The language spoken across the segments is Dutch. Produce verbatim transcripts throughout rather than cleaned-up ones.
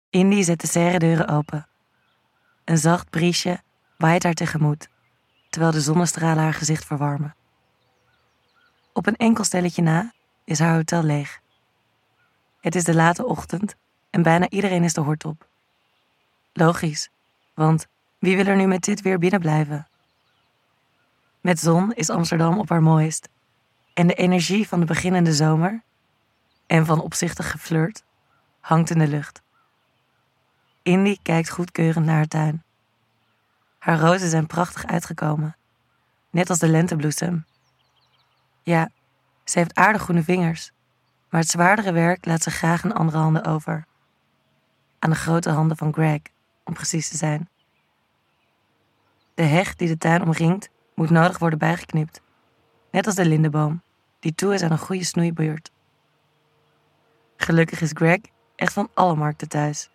Indy zet de serredeuren open. Een zacht briesje waait haar tegemoet, terwijl de zonnestralen haar gezicht verwarmen. Op een enkel stelletje na is haar hotel leeg. Het is de late ochtend en bijna iedereen is de hort op. Logisch, want wie wil er nu met dit weer binnen blijven? Met zon is Amsterdam op haar mooist en de energie van de beginnende zomer en van opzichtig geflirt hangt in de lucht. Indy kijkt goedkeurend naar haar tuin. Haar rozen zijn prachtig uitgekomen, net als de lentebloesem. Ja, ze heeft aardig groene vingers, maar het zwaardere werk laat ze graag aan andere handen over. Aan de grote handen van Greg, om precies te zijn. De heg die de tuin omringt, moet nodig worden bijgeknipt. Net als de lindeboom, die toe is aan een goede snoeibeurt. Gelukkig is Greg echt van alle markten thuis.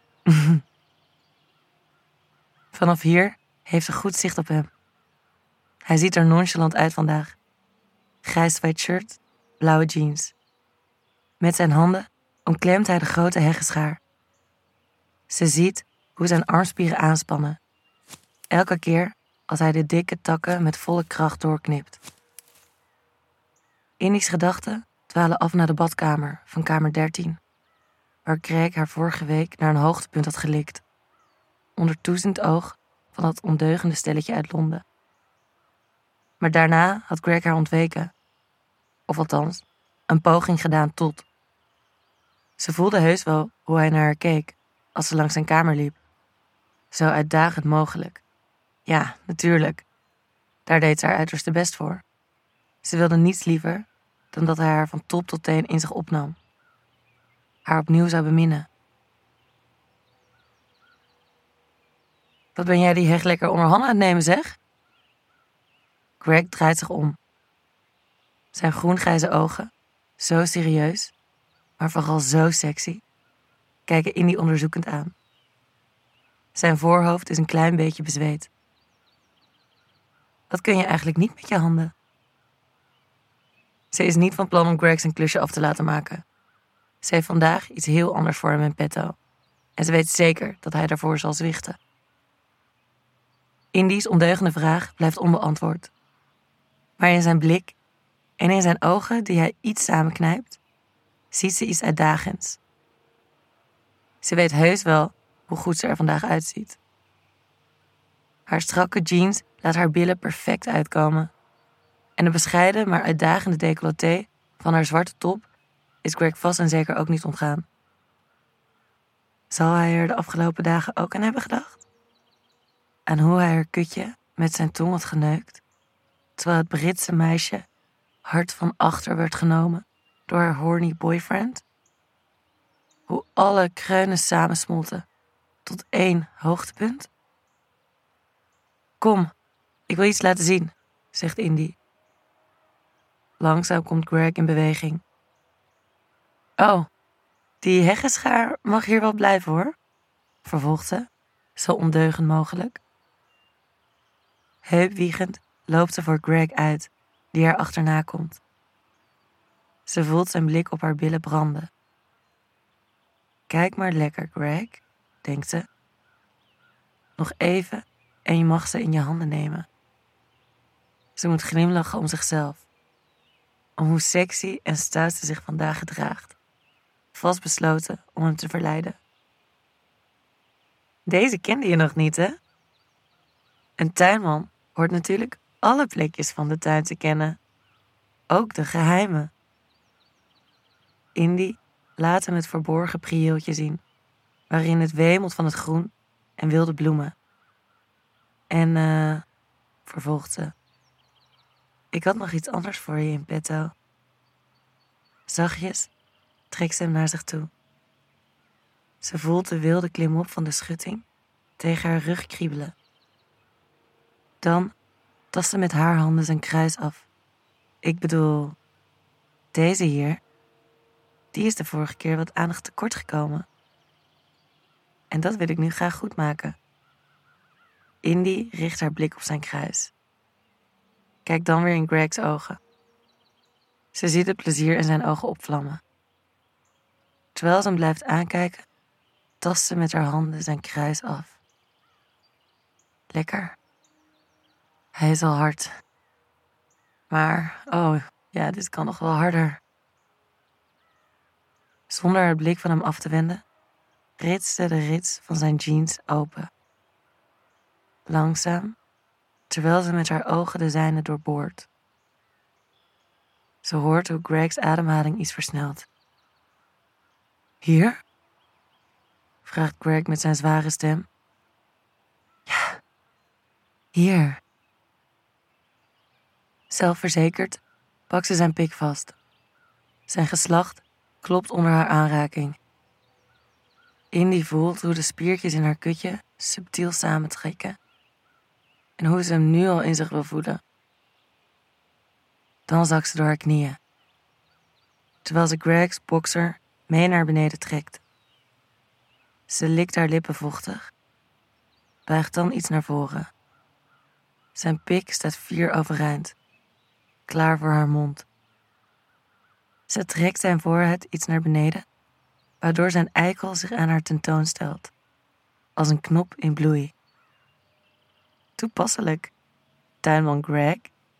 Vanaf hier heeft ze goed zicht op hem. Hij ziet er nonchalant uit vandaag. Grijs sweatshirt, blauwe jeans. Met zijn handen omklemt hij de grote heggenschaar. Ze ziet hoe zijn armspieren aanspannen. Elke keer als hij de dikke takken met volle kracht doorknipt. Indy's gedachten dwalen af naar de badkamer van kamer dertien, waar Greg haar vorige week naar een hoogtepunt had gelikt, onder toezend oog van dat ondeugende stelletje uit Londen. Maar daarna had Greg haar ontweken, of althans, een poging gedaan tot. Ze voelde heus wel hoe hij naar haar keek als ze langs zijn kamer liep. Zo uitdagend mogelijk. Ja, natuurlijk. Daar deed ze haar uiterste best voor. Ze wilde niets liever dan dat hij haar van top tot teen in zich opnam. Haar opnieuw zou beminnen. Wat ben jij die heg lekker onder handen aan het nemen, zeg? Greg draait zich om. Zijn groen-grijze ogen, zo serieus, maar vooral zo sexy, kijken Indy onderzoekend aan. Zijn voorhoofd is een klein beetje bezweet. Wat kun je eigenlijk niet met je handen? Ze is niet van plan om Greg zijn klusje af te laten maken. Ze heeft vandaag iets heel anders voor hem in petto. En ze weet zeker dat hij daarvoor zal zwichten. Indy's ondeugende vraag blijft onbeantwoord. Maar in zijn blik en in zijn ogen die hij iets samenknijpt, ziet ze iets uitdagends. Ze weet heus wel hoe goed ze er vandaag uitziet. Haar strakke jeans laat haar billen perfect uitkomen. En de bescheiden maar uitdagende decolleté van haar zwarte top is Greg vast en zeker ook niet ontgaan. Zal hij er de afgelopen dagen ook aan hebben gedacht? Aan hoe hij haar kutje met zijn tong had geneukt, terwijl het Britse meisje hard van achter werd genomen door haar horny boyfriend? Hoe alle kreunen samensmolten tot één hoogtepunt? Kom, ik wil iets laten zien, zegt Indy. Langzaam komt Greg in beweging. Oh, die heggenschaar mag hier wel blijven hoor, vervolgt ze, zo ondeugend mogelijk. Heupwiegend loopt ze voor Greg uit, die haar achterna komt. Ze voelt zijn blik op haar billen branden. Kijk maar lekker, Greg, denkt ze. Nog even en je mag ze in je handen nemen. Ze moet glimlachen om zichzelf. Om hoe sexy en stout ze zich vandaag gedraagt. Vastbesloten om hem te verleiden. Deze kende je nog niet, hè? Een tuinman hoort natuurlijk alle plekjes van de tuin te kennen. Ook de geheime. Indy laat hem het verborgen prieeltje zien, waarin het wemelt van het groen en wilde bloemen. En, eh, uh, vervolgt ze, ik had nog iets anders voor je in petto. Zachtjes trekt ze hem naar zich toe. Ze voelt de wilde klimop van de schutting tegen haar rug kriebelen. Dan tast ze met haar handen zijn kruis af. Ik bedoel, deze hier, die is de vorige keer wat aandacht tekort gekomen. En dat wil ik nu graag goed maken. Indy richt haar blik op zijn kruis. Kijk dan weer in Greg's ogen. Ze ziet het plezier in zijn ogen opvlammen. Terwijl ze hem blijft aankijken, tast ze met haar handen zijn kruis af. Lekker. Hij is al hard. Maar, oh ja, dit kan nog wel harder. Zonder haar blik van hem af te wenden, ritste de rits van zijn jeans open. Langzaam, terwijl ze met haar ogen de zijne doorboort. Ze hoort hoe Greg's ademhaling iets versnelt. Hier? Vraagt Greg met zijn zware stem. Ja, hier. Zelfverzekerd pakt ze zijn pik vast. Zijn geslacht klopt onder haar aanraking. Indy voelt hoe de spiertjes in haar kutje subtiel samentrekken. En hoe ze hem nu al in zich wil voelen. Dan zakt ze door haar knieën. Terwijl ze Greg's boxer mee naar beneden trekt. Ze likt haar lippen vochtig. Buigt dan iets naar voren. Zijn pik staat fier overeind. Klaar voor haar mond. Ze trekt zijn voorhuid iets naar beneden, waardoor zijn eikel zich aan haar tentoonstelt. Als een knop in bloei. Toepasselijk, tuinman Greg.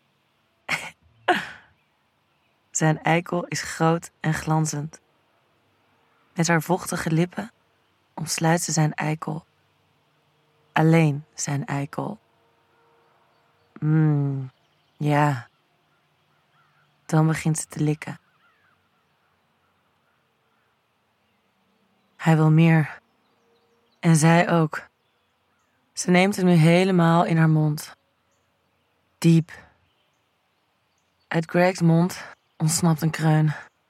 Zijn eikel is groot en glanzend. Met haar vochtige lippen omsluit ze zijn eikel. Alleen zijn eikel. Mmm, ja. Dan begint ze te likken. Hij wil meer. En zij ook. Ze neemt hem nu helemaal in haar mond. Diep. Uit Greg's mond ontsnapt een kreun.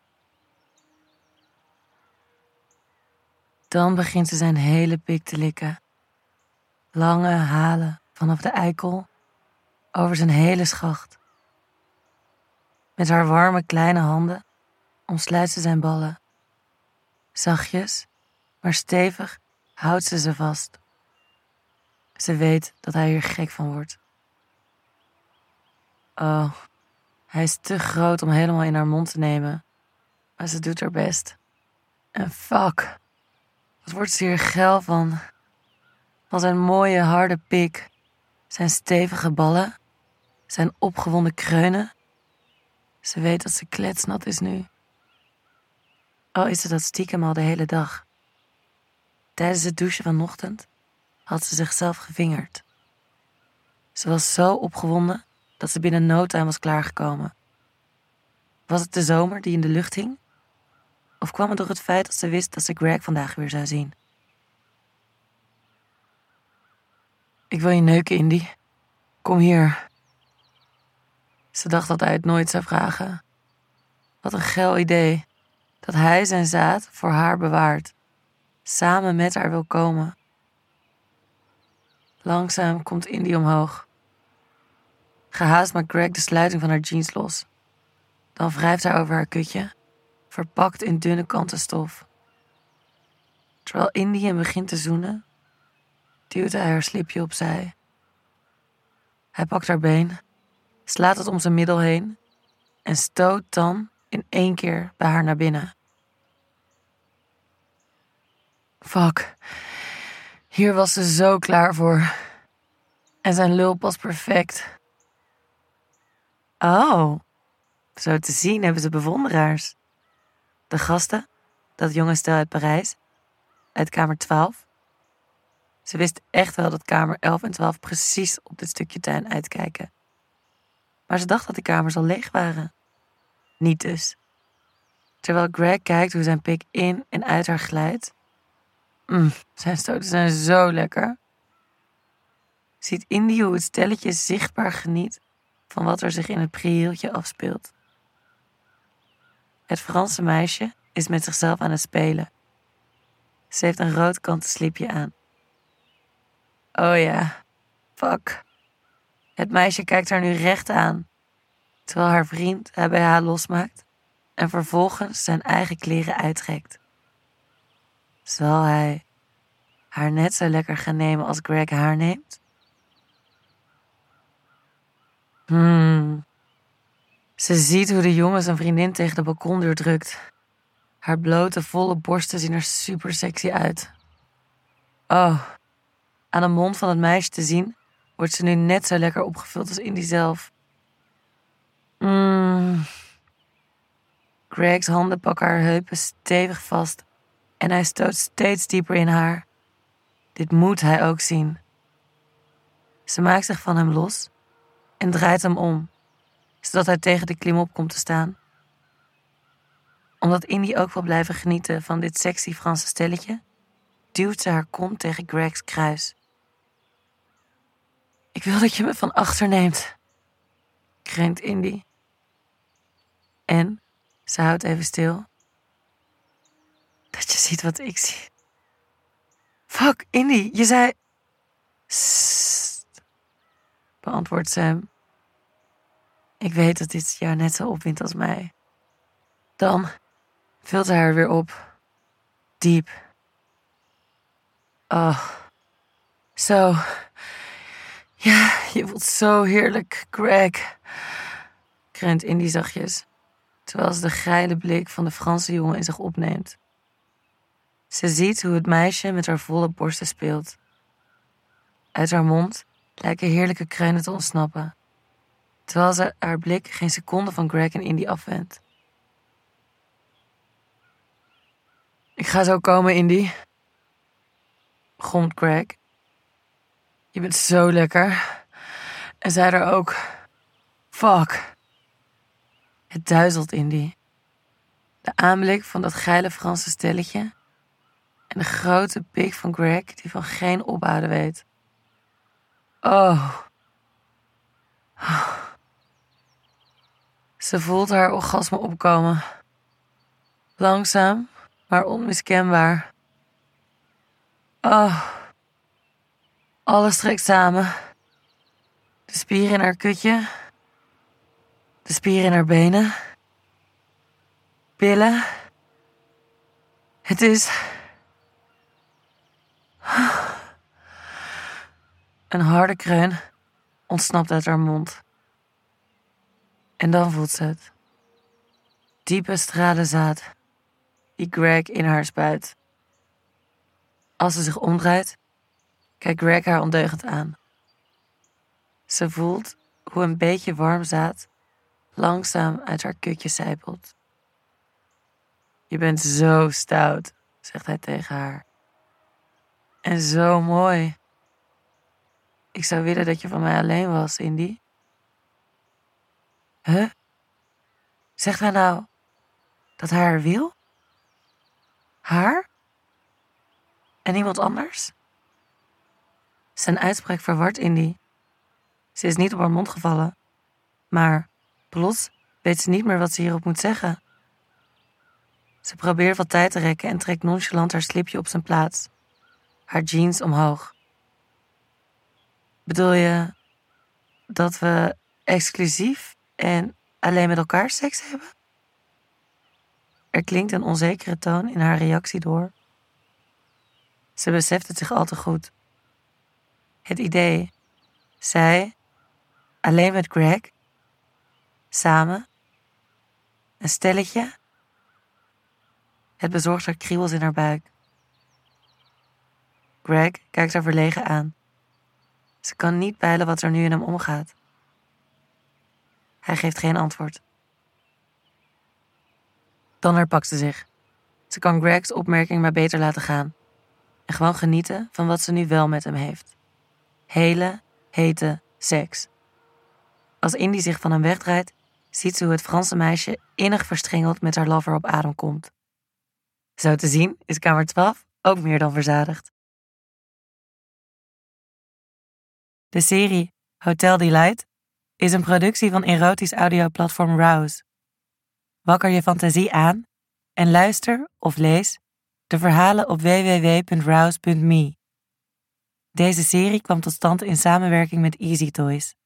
Dan begint ze zijn hele pik te likken. Lange halen vanaf de eikel over zijn hele schacht. Met haar warme kleine handen omsluit ze zijn ballen. Zachtjes, maar stevig houdt ze ze vast. Ze weet dat hij hier gek van wordt. Oh, hij is te groot om helemaal in haar mond te nemen. Maar ze doet haar best. En fuck, wat wordt ze hier geil van? Van zijn mooie harde pik, zijn stevige ballen, zijn opgewonden kreunen. Ze weet dat ze kletsnat is nu. Al is ze dat stiekem al de hele dag. Tijdens het douchen vanochtend had ze zichzelf gevingerd. Ze was zo opgewonden dat ze binnen no time was klaargekomen. Was het de zomer die in de lucht hing? Of kwam het door het feit dat ze wist dat ze Greg vandaag weer zou zien? Ik wil je neuken, Indy. Kom hier. Ze dacht dat hij het nooit zou vragen. Wat een geil idee. Dat hij zijn zaad voor haar bewaart. Samen met haar wil komen. Langzaam komt Indy omhoog. Gehaast maakt Greg de sluiting van haar jeans los. Dan wrijft hij over haar kutje, verpakt in dunne kanten stof. Terwijl Indy hem begint te zoenen, duwt hij haar slipje opzij. Hij pakt haar been, slaat het om zijn middel heen en stoot dan in één keer bij haar naar binnen. Fuck, hier was ze zo klaar voor. En zijn lul past perfect. Oh, zo te zien hebben ze bewonderaars. De gasten, dat jonge stel uit Parijs, uit kamer twaalf. Ze wist echt wel dat kamer elf en twaalf precies op dit stukje tuin uitkijken. Maar ze dacht dat de kamers al leeg waren. Niet dus. Terwijl Greg kijkt hoe zijn pik in en uit haar glijdt. Mm, zijn stoten zijn zo lekker. Ziet Indy hoe het stelletje zichtbaar geniet van wat er zich in het prieeltje afspeelt. Het Franse meisje is met zichzelf aan het spelen. Ze heeft een rood kanten slipje aan. Oh ja, fuck. Het meisje kijkt haar nu recht aan, terwijl haar vriend haar bij haar losmaakt en vervolgens zijn eigen kleren uittrekt. Zal hij haar net zo lekker gaan nemen als Greg haar neemt? Hmm. Ze ziet hoe de jongen zijn vriendin tegen de balkondeur drukt. Haar blote, volle borsten zien er super sexy uit. Oh, aan de mond van het meisje te zien, wordt ze nu net zo lekker opgevuld als Indy zelf. Mm. Greg's handen pakken haar heupen stevig vast en hij stoot steeds dieper in haar. Dit moet hij ook zien. Ze maakt zich van hem los en draait hem om, zodat hij tegen de klimop komt te staan. Omdat Indy ook wil blijven genieten van dit sexy Franse stelletje, duwt ze haar kont tegen Greg's kruis. Ik wil dat je me van achter neemt, kreunt Indy. En ze houdt even stil. Dat je ziet wat ik zie. Fuck, Indy, je zei... Sst, beantwoordt ze hem. Ik weet dat dit jou net zo opwindt als mij. Dan vult hij haar weer op. Diep. Oh, zo. Ja, je voelt zo heerlijk, Greg. Kreunt Indy zachtjes, terwijl ze de geile blik van de Franse jongen in zich opneemt. Ze ziet hoe het meisje met haar volle borsten speelt. Uit haar mond lijken heerlijke kreunen te ontsnappen, terwijl ze haar blik geen seconde van Greg en Indy afwendt. Ik ga zo komen, Indy, gromt Greg. Je bent zo lekker. En zij er ook. Fuck. Het duizelt Indy. De aanblik van dat geile Franse stelletje en de grote pik van Greg die van geen ophouden weet. Oh. Ze voelt haar orgasme opkomen. Langzaam, maar onmiskenbaar. Oh. Alles trekt samen. De spieren in haar kutje. De spieren in haar benen. Billen. Het is... Een harde kreun ontsnapt uit haar mond. En dan voelt ze het. Diepe stralen zaad die Greg in haar spuit. Als ze zich omdraait, kijkt Greg haar ondeugend aan. Ze voelt hoe een beetje warm zaad langzaam uit haar kutje sijpelt. Je bent zo stout, zegt hij tegen haar. En zo mooi. Ik zou willen dat je van mij alleen was, Indy. Huh? Zegt hij nou dat hij haar wil? Haar? En niemand anders? Zijn uitspraak verwart Indy. Ze is niet op haar mond gevallen. Maar plots weet ze niet meer wat ze hierop moet zeggen. Ze probeert wat tijd te rekken en trekt nonchalant haar slipje op zijn plaats. Haar jeans omhoog. Bedoel je dat we exclusief en alleen met elkaar seks hebben? Er klinkt een onzekere toon in haar reactie door. Ze beseft het zich al te goed. Het idee, zij, alleen met Greg, samen, een stelletje, het bezorgt haar kriebels in haar buik. Greg kijkt haar verlegen aan. Ze kan niet peilen wat er nu in hem omgaat. Hij geeft geen antwoord. Dan herpakt ze zich. Ze kan Greg's opmerking maar beter laten gaan. En gewoon genieten van wat ze nu wel met hem heeft. Hele, hete seks. Als Indy zich van hem wegdraait, ziet ze hoe het Franse meisje innig verstrengeld met haar lover op adem komt. Zo te zien is kamer twaalf ook meer dan verzadigd. De serie Hotel Delight is een productie van erotisch audioplatform Rouse. Wakker je fantasie aan en luister of lees de verhalen op w w w punt rouse punt me. Deze serie kwam tot stand in samenwerking met Easy Toys.